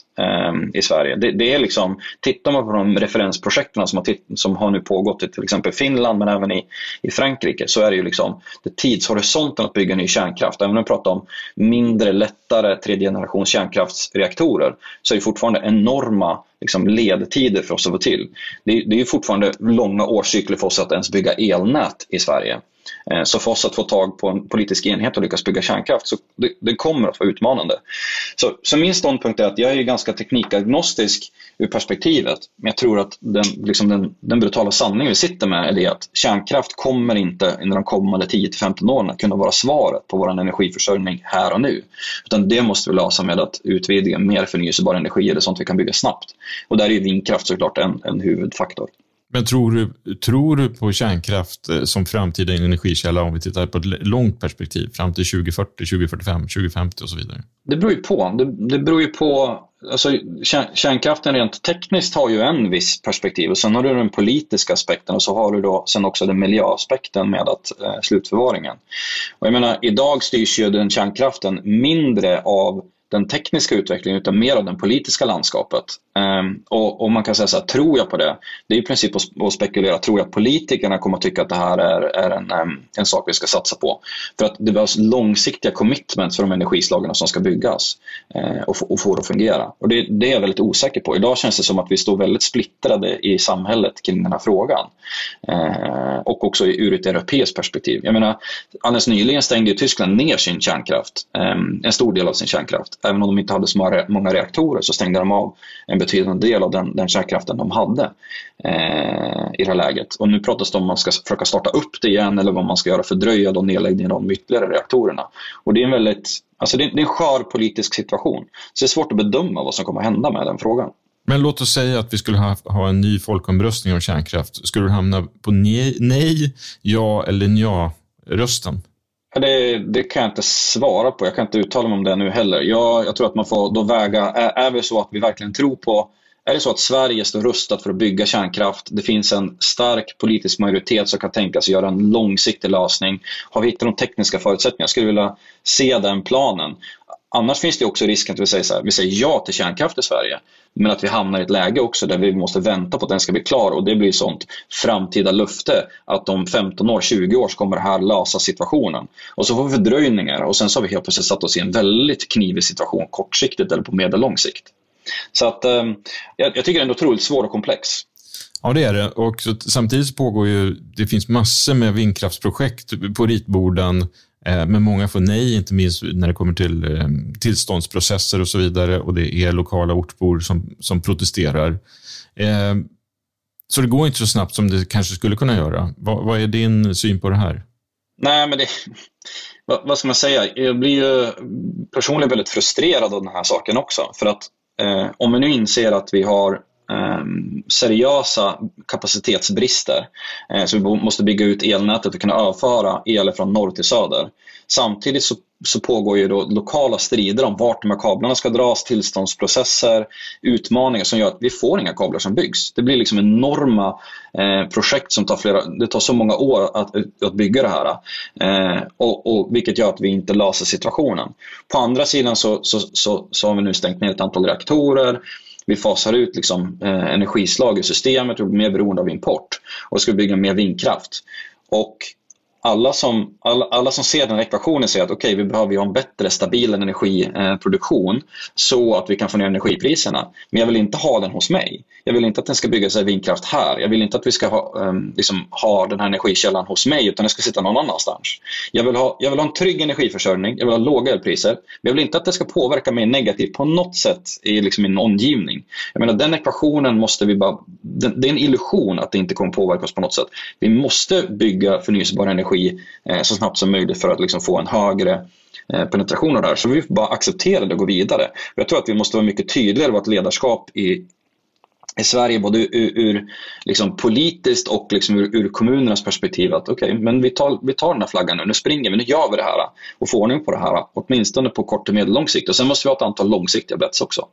i Sverige. Det är liksom, tittar man på de referensprojekten som har nu pågått i till exempel Finland men även i Frankrike, så är det ju liksom det tidshorisonten att bygga ny kärnkraft. Även om vi pratar om mindre, lättare tredje generations kärnkraftsreaktorer, så är det fortfarande enorma liksom ledtider för oss att få till. Det är ju fortfarande långa årscykler för oss att ens bygga elnät i Sverige. Så för oss att få tag på en politisk enhet och lyckas bygga kärnkraft, så det kommer att vara utmanande. Så min ståndpunkt är att jag är ganska teknikagnostisk ur perspektivet, men jag tror att den brutala sanningen vi sitter med är det att kärnkraft kommer inte under de kommande 10-15 åren kunna vara svaret på vår energiförsörjning här och nu, utan det måste vi lösa med att utvidga mer förnyelsebar energi eller sånt vi kan bygga snabbt, och där är ju vindkraft såklart en huvudfaktor. Men tror du på kärnkraft som framtida energikälla om vi tittar på ett långt perspektiv fram till 2040, 2045, 2050 och så vidare? Det beror ju på. Det beror ju på, alltså, kärnkraften rent tekniskt har ju en viss perspektiv och sen har du den politiska aspekten och så har du då sen också den miljöaspekten med att slutförvaringen. Och jag menar, idag styrs ju den kärnkraften mindre av den tekniska utvecklingen utan mer av den politiska landskapet. Och man kan säga så här, tror jag på det? Det är i princip att spekulera. Tror jag att politikerna kommer att tycka att det här är en sak vi ska satsa på? För att det behövs långsiktiga commitments för de energislagen som ska byggas och få det att fungera. Och det är jag väldigt osäker på. Idag känns det som att vi står väldigt splittrade i samhället kring den här frågan. Och också ur ett europeiskt perspektiv. Jag menar, alldeles nyligen stängde ju Tyskland ner sin kärnkraft. En stor del av sin kärnkraft. Även om de inte hade så många reaktorer så stängde de av en betydande del av den kärnkraften de hade i det här läget. Och nu pratas det om man ska försöka starta upp det igen eller vad man ska göra, fördröja de nedläggningen av de ytterligare reaktorerna. Och det är en det är en skör politisk situation. Så det är svårt att bedöma vad som kommer hända med den frågan. Men låt oss säga att vi skulle ha en ny folkomröstning om kärnkraft. Skulle du hamna på nej, ja eller nja-rösten? Det kan jag inte svara på. Jag kan inte uttala mig om det nu heller. Jag tror att man får då väga, är det så att vi verkligen tror på, är det så att Sverige står rustat för att bygga kärnkraft, det finns en stark politisk majoritet som kan tänka sig göra en långsiktig lösning, har vi hittat de tekniska förutsättningarna, skulle vilja se den planen. Annars finns det också risken att vi säger ja till kärnkraft i Sverige, men att vi hamnar i ett läge också där vi måste vänta på att den ska bli klar, och det blir sånt framtida löfte att om 15 år, 20 år så kommer det här lösa situationen. Och så får vi fördröjningar och sen så har vi helt plötsligt satt oss i en väldigt knivig situation kortsiktigt eller på medellång sikt. Så att jag tycker det är ändå otroligt svår och komplex. Ja, det är det. Och samtidigt pågår ju, det finns massor med vindkraftsprojekt på ritborden. Men många får nej, inte minst när det kommer till tillståndsprocesser och så vidare. Och det är lokala ortbor som protesterar. Så det går inte så snabbt som det kanske skulle kunna göra. Vad är din syn på det här? Nej, men vad ska man säga? Jag blir ju personligen väldigt frustrerad av den här saken också. För att om vi nu inser att vi har seriösa kapacitetsbrister, så vi måste bygga ut elnätet och kunna överföra el från norr till söder. Samtidigt så pågår ju då lokala strider om vart de här kablarna ska dras, tillståndsprocesser, utmaningar som gör att vi får inga kablar som byggs. Det blir liksom enorma projekt som det tar så många år att bygga det här, och vilket gör att vi inte löser situationen. På andra sidan så har vi nu stängt ner ett antal reaktorer. Vi fasar ut energislag i systemet och blir mer beroende av import och ska bygga mer vindkraft. Och alla som ser den här ekvationen säger att okej, vi behöver ha en bättre, stabil energiproduktion så att vi kan få ner energipriserna. Men jag vill inte ha den hos mig. Jag vill inte att den ska bygga sig vindkraft här. Jag vill inte att vi ska ha den här energikällan hos mig, utan den ska sitta någon annanstans. Jag vill ha en trygg energiförsörjning. Jag vill ha låga elpriser. Men jag vill inte att det ska påverka mig negativt på något sätt i min omgivning. Jag menar, den ekvationen måste vi bara... Det är en illusion att det inte kommer påverka oss på något sätt. Vi måste bygga förnyelsebar energi så snabbt som möjligt för att få en högre penetration av det här. Så vi får bara acceptera det och gå vidare. Jag tror att vi måste vara mycket tydligare vad ett ledarskap i Sverige, både ur politiskt och ur kommunernas perspektiv, att okej, men vi tar den här flaggan nu springer vi, nu gör vi det här och får ordning på det här, åtminstone på kort och medellång sikt. Och sen måste vi ha ett antal långsiktiga bets också.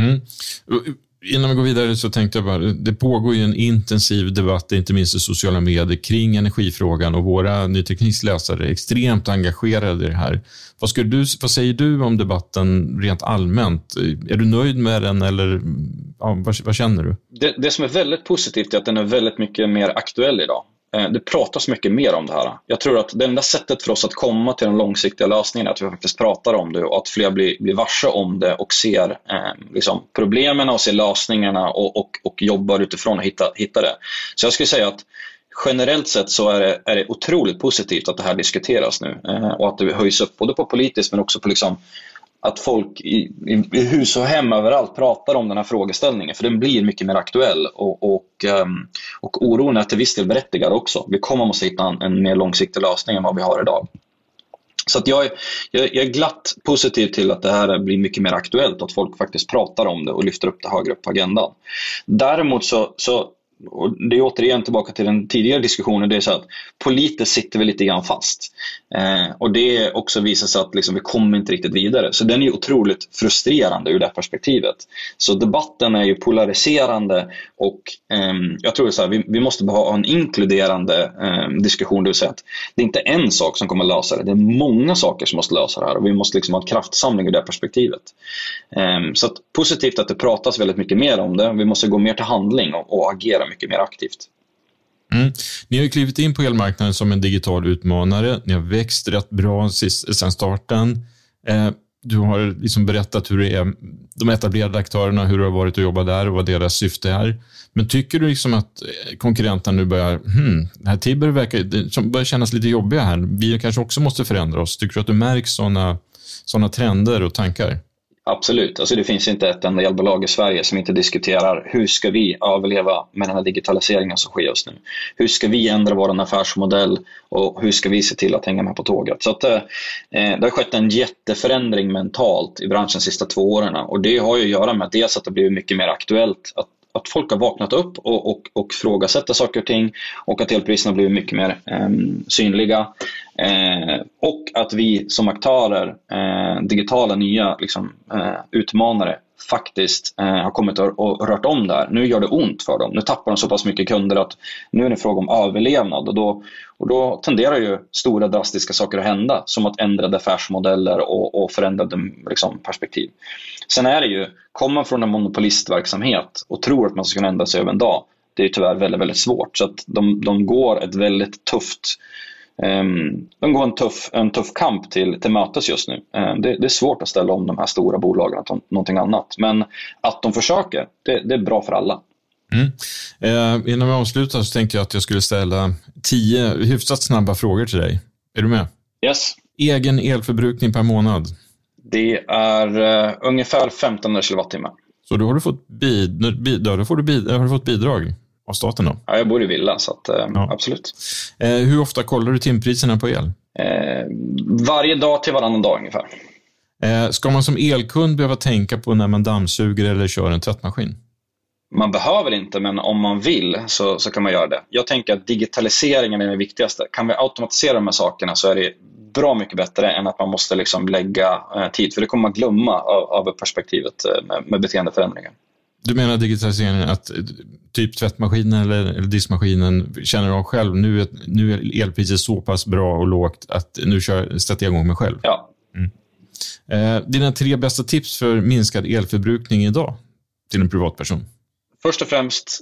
Innan vi går vidare så tänkte jag bara, det pågår ju en intensiv debatt, inte minst i sociala medier, kring energifrågan, och våra Ny Teknik-läsare är extremt engagerade i det här. Vad säger du om debatten rent allmänt? Är du nöjd med den, eller vad känner du? Det som är väldigt positivt är att den är väldigt mycket mer aktuell idag. Det pratas mycket mer om det här. Jag tror att det enda sättet för oss att komma till den långsiktiga lösningen är att vi faktiskt pratar om det och att fler blir varse om det och ser problemen och ser lösningarna och jobbar utifrån att hitta det. Så jag skulle säga att generellt sett så är det otroligt positivt att det här diskuteras nu, och att det höjs upp både på politiskt men också på att folk i hus och hem överallt pratar om den här frågeställningen, för den blir mycket mer aktuell och oron är till viss del berättigad också. Vi kommer måste hitta en mer långsiktig lösning än vad vi har idag. Så att jag är glatt positiv till att det här blir mycket mer aktuellt och att folk faktiskt pratar om det och lyfter upp det högre upp på agendan. Däremot så och det är återigen tillbaka till den tidigare diskussionen, det är så att politiskt sitter vi lite grann fast. Och det också visar sig att liksom, vi kommer inte riktigt vidare. Så den är ju otroligt frustrerande ur det perspektivet. Så debatten är ju polariserande, och jag tror så här, vi måste ha en inkluderande diskussion. Det vill säga att det är inte en sak som kommer att lösa det. Det är många saker som måste lösa det här, och vi måste liksom ha en kraftsamling ur det perspektivet. Så att, positivt att det pratas väldigt mycket mer om det. Vi måste gå mer till handling och agera mycket mer aktivt. Ni har ju klivit in på elmarknaden som en digital utmanare. Ni har växt rätt bra sedan starten. Du har liksom berättat hur det är, de etablerade aktörerna, hur det har varit att jobba där och vad deras syfte är. Men tycker du liksom att konkurrenterna nu börjar, det här Tibber börjar kännas lite jobbiga här. Vi kanske också måste förändra oss. Tycker du att du märks såna trender och tankar? Absolut. Alltså det finns inte ett enda elbolag i Sverige som inte diskuterar hur ska vi överleva med den här digitaliseringen som sker just nu. Hur ska vi ändra vår affärsmodell och hur ska vi se till att hänga med på tåget. Så att det har skett en jätteförändring mentalt i branschen de sista 2 åren. Och det har ju att göra med att dels att det blir mycket mer aktuellt, att folk har vaknat upp och frågasätter saker och ting, och att elpriserna blir mycket mer synliga. Och att vi som aktörer, digitala nya liksom, utmanare, faktiskt har kommit och rört om där. Nu gör det ont för dem. Nu tappar de så pass mycket kunder att nu är det fråga om överlevnad. Och då tenderar ju stora drastiska saker att hända, som att ändra affärsmodeller och förändrade liksom, perspektiv. Sen är det ju, kommer man från en monopolistverksamhet och tror att man ska kunna ändra sig över en dag, det är tyvärr väldigt, väldigt svårt. Så att de går ett väldigt tufft en tuff kamp till mötes just nu. Det är svårt att ställa om de här stora bolagen till någonting annat. Men att de försöker, det är bra för alla. Innan vi avslutar så tänkte jag att jag skulle ställa 10 hyfsat snabba frågor till dig. Är du med? Yes. Egen elförbrukning per månad? Det är ungefär 1500 kilowattimmar. Så då har du fått har du fått bidrag av staten då? Ja, jag bor i villa, så att, absolut. Hur ofta kollar du timpriserna på el? Varje dag till varannan dag ungefär. Ska man som elkund behöva tänka på när man dammsuger eller kör en tvättmaskin? Man behöver inte, men om man vill så kan man göra det. Jag tänker att digitaliseringen är det viktigaste. Kan vi automatisera de här sakerna så är det bra mycket bättre än att man måste liksom lägga tid. För det kommer man glömma av perspektivet med beteendeförändringen. Du menar digitaliseringen att typ tvättmaskinen eller diskmaskinen känner av själv, nu är elpriset så pass bra och lågt att nu sätter jag igång mig själv? Ja. Dina 3 bästa tips för minskad elförbrukning idag till en privatperson? Först och främst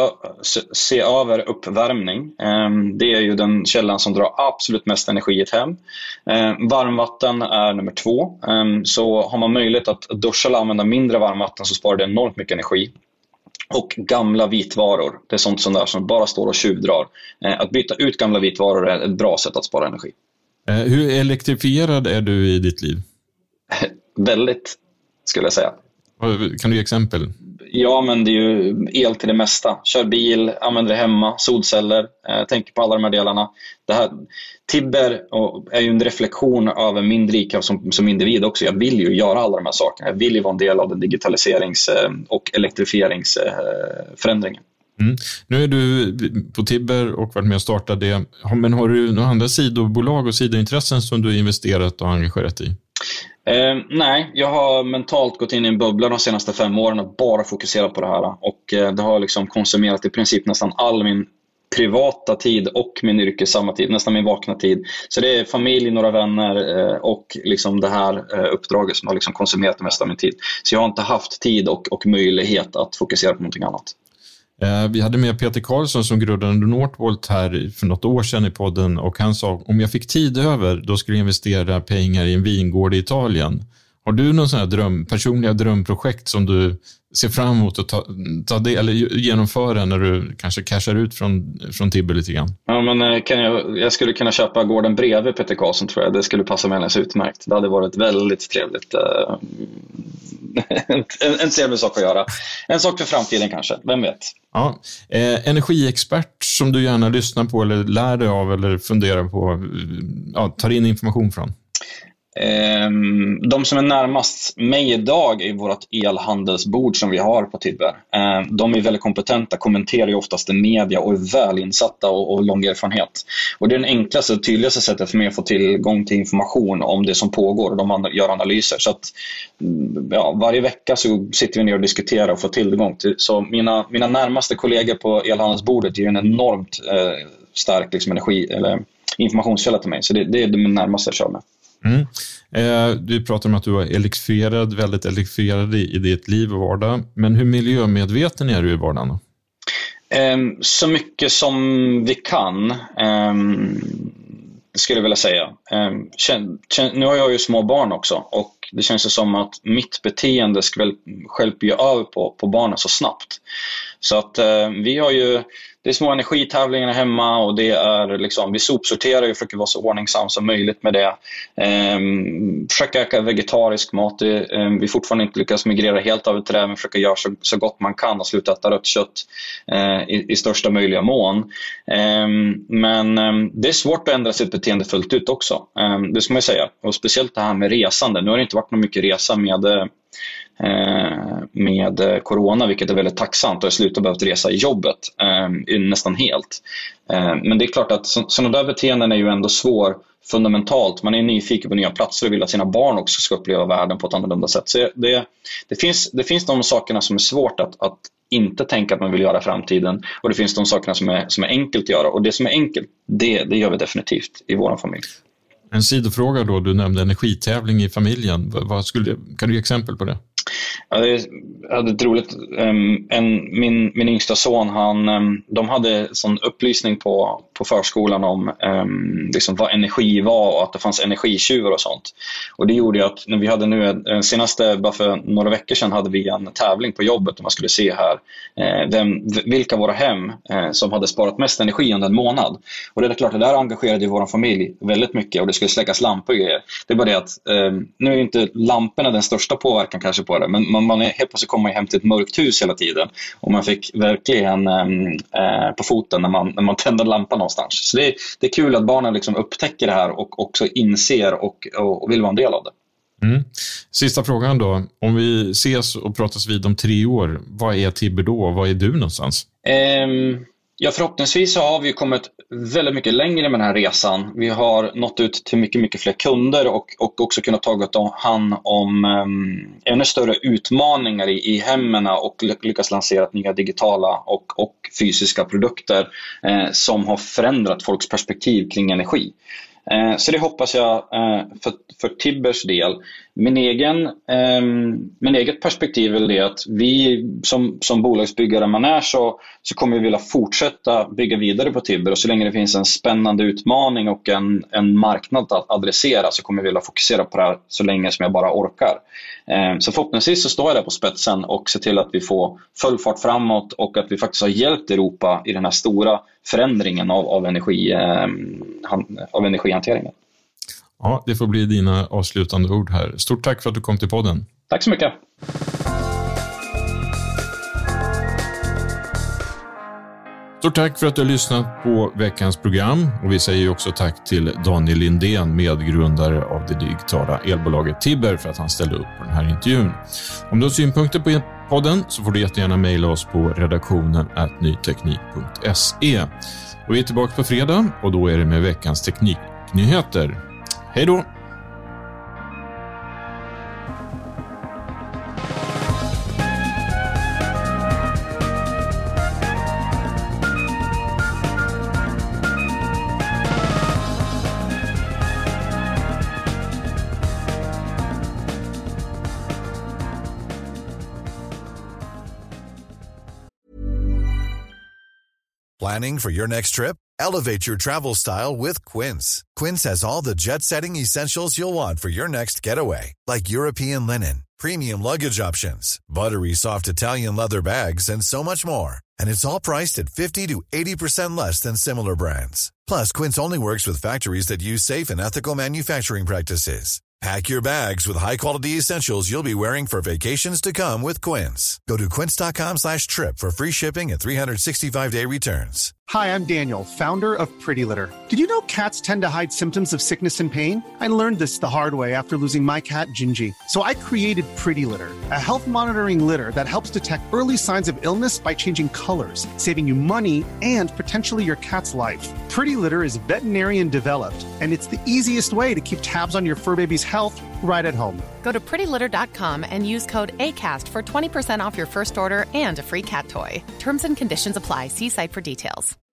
se över uppvärmning. Det är ju den källan som drar absolut mest energi i ett hem. Varmvatten är nummer 2. Så har man möjlighet att duscha eller använda mindre varmvatten så sparar det enormt mycket energi. Och gamla vitvaror, det är sånt som bara står och tjuvdrar. Att byta ut gamla vitvaror är ett bra sätt att spara energi. Hur elektrifierad är du i ditt liv? Väldigt, skulle jag säga. Kan du ge exempel? Ja, men det är ju el till det mesta. Kör bil, använder det hemma, solceller, tänker på alla de här delarna. Det här, Tibber är ju en reflektion av min drivkraft som individ också. Jag vill ju göra alla de här sakerna. Jag vill ju vara en del av den digitaliserings- och elektrifieringsförändringen. Nu är du på Tibber och varit med och startat det. Men har du några andra sidobolag och sidointressen som du investerat och engagerat i? Nej, jag har mentalt gått in i en bubbla de senaste 5 åren och bara fokuserat på det här. Och det har liksom konsumerat i princip nästan all min privata tid och min yrkes samma tid, nästan min vakna tid. Så det är familj, några vänner och liksom det här uppdraget som har liksom konsumerat det mesta av min tid. Så jag har inte haft tid och möjlighet att fokusera på någonting annat. Vi hade med Peter Karlsson som grundade Northvolt här för något år sedan i podden, och han sa om jag fick tid över då skulle jag investera pengar i en vingård i Italien. Har du någon sån här personliga drömprojekt som du ser fram emot att ta det eller genomföra när du kanske cashar ut från Tibber lite grann? Ja, men jag skulle kunna köpa gården bredvid Peter Karlsson, tror jag. Det skulle passa mig alldeles utmärkt. Det hade varit väldigt trevligt. En trevlig sak att göra. En sak för framtiden kanske, vem vet? Ja. Energiexpert som du gärna lyssnar på eller lär dig av eller funderar på, tar in information från? De som är närmast mig idag är vårt elhandelsbord som vi har på Tibber. De är väldigt kompetenta, kommenterar ju oftast i media och är väl insatta och lång erfarenhet. Och det är den enklaste och tydligaste sättet för mig att få tillgång till information om det som pågår, och de gör analyser. Så att varje vecka så sitter vi ner och diskuterar och får tillgång till. Så mina närmaste kollegor på elhandelsbordet ger en enormt stark energi eller informationskälla till mig. Så det är det närmaste jag kör med. Du pratar om att du var väldigt elektrifierad i ditt liv och vardag. Men hur miljömedveten är du i vardagen då? Så mycket som vi kan, skulle jag vilja säga. Nu har jag ju små barn också, och det känns som att mitt beteende skälper ju över på barnen så snabbt. Så att vi har ju, det är små energitävlingar hemma, och det är vi sopsorterar och försöker vara så ordningsam som möjligt med det. Försöka öka vegetarisk mat. Vi fortfarande inte lyckas migrera helt över till det, men försöka göra så gott man kan och sluta äta rött kött i största möjliga mån. Men det är svårt att ändra sitt beteende fullt ut också. Det ska man säga. Och speciellt det här med resande. Nu har det inte varit någon mycket resa med corona, vilket är väldigt tacksamt, och jag slutar behövt resa i jobbet nästan helt. Men det är klart att sådana där beteenden är ju ändå svår fundamentalt. Man är nyfiken på nya platser och vill att sina barn också ska uppleva världen på ett annorlunda sätt. Så det finns de sakerna som är svårt att inte tänka att man vill göra i framtiden, och det finns de sakerna som är enkelt att göra, och det som är enkelt, det gör vi definitivt i vår familj. En sidofråga då, du nämnde energitävling i familjen. Kan du ge exempel på det? Ja, det hade ett roligt. Min yngsta son, de hade sån upplysning på förskolan om vad energi var, och att det fanns energitjuvar och sånt. Och det gjorde att när vi hade senaste, bara för några veckor sedan, hade vi en tävling på jobbet där man skulle se här vilka våra hem som hade sparat mest energi under en månad. Och det är klart, det där engagerade ju vår familj väldigt mycket, och det skulle släckas lampor och grejer. Det är bara det att nu är ju inte lamporna den största påverkan kanske på det, men man är helt plötsligt kommer hem till ett mörkt hus hela tiden, och man fick verkligen på foten när man tände lampan någonstans. Så det är kul att barnen upptäcker det här och också inser och vill vara en del av det. Sista frågan då. Om vi ses och pratas vid om 3 år, vad är Tibber då? Vad är du någonstans? Ja, förhoppningsvis så har vi kommit väldigt mycket längre med den här resan. Vi har nått ut till mycket, mycket fler kunder, och också kunnat ta hand om ännu större utmaningar i hemmen, och lyckas lansera nya digitala och fysiska produkter som har förändrat folks perspektiv kring energi. Så det hoppas jag för Tibbers del. Min eget perspektiv är det att vi som bolagsbyggare man är, så kommer vi vilja fortsätta bygga vidare på Tibber, och så länge det finns en spännande utmaning och en marknad att adressera, så kommer vi vilja fokusera på det här så länge som jag bara orkar. Så förhoppningsvis så står jag där på spetsen och ser till att vi får full fart framåt, och att vi faktiskt har hjälpt Europa i den här stora förändringen av energihanteringen. Ja, det får bli dina avslutande ord här. Stort tack för att du kom till podden. Tack så mycket. Stort tack för att du har lyssnat på veckans program, och vi säger också tack till Daniel Lindén, medgrundare av det digitala elbolaget Tibber, för att han ställde upp på den här intervjun. Om du har synpunkter på podden så får du jättegärna mejla oss på redaktionen@nyteknik.se. Och vi är tillbaka på fredag, och då är det med veckans tekniknyheter. Hej då! Planning for your next trip? Elevate your travel style with Quince. Quince has all the jet-setting essentials you'll want for your next getaway, like European linen, premium luggage options, buttery soft Italian leather bags, and so much more. And it's all priced at 50 to 80% less than similar brands. Plus, Quince only works with factories that use safe and ethical manufacturing practices. Pack your bags with high-quality essentials you'll be wearing for vacations to come with Quince. Go to quince.com/trip for free shipping and 365-day returns. Hi, I'm Daniel, founder of Pretty Litter. Did you know cats tend to hide symptoms of sickness and pain? I learned this the hard way after losing my cat, Gingy. So I created Pretty Litter, a health monitoring litter that helps detect early signs of illness by changing colors, saving you money and potentially your cat's life. Pretty Litter is veterinarian developed, and it's the easiest way to keep tabs on your fur baby's health right at home. Go to prettylitter.com and use code ACAST for 20% off your first order and a free cat toy. Terms and conditions apply. See site for details.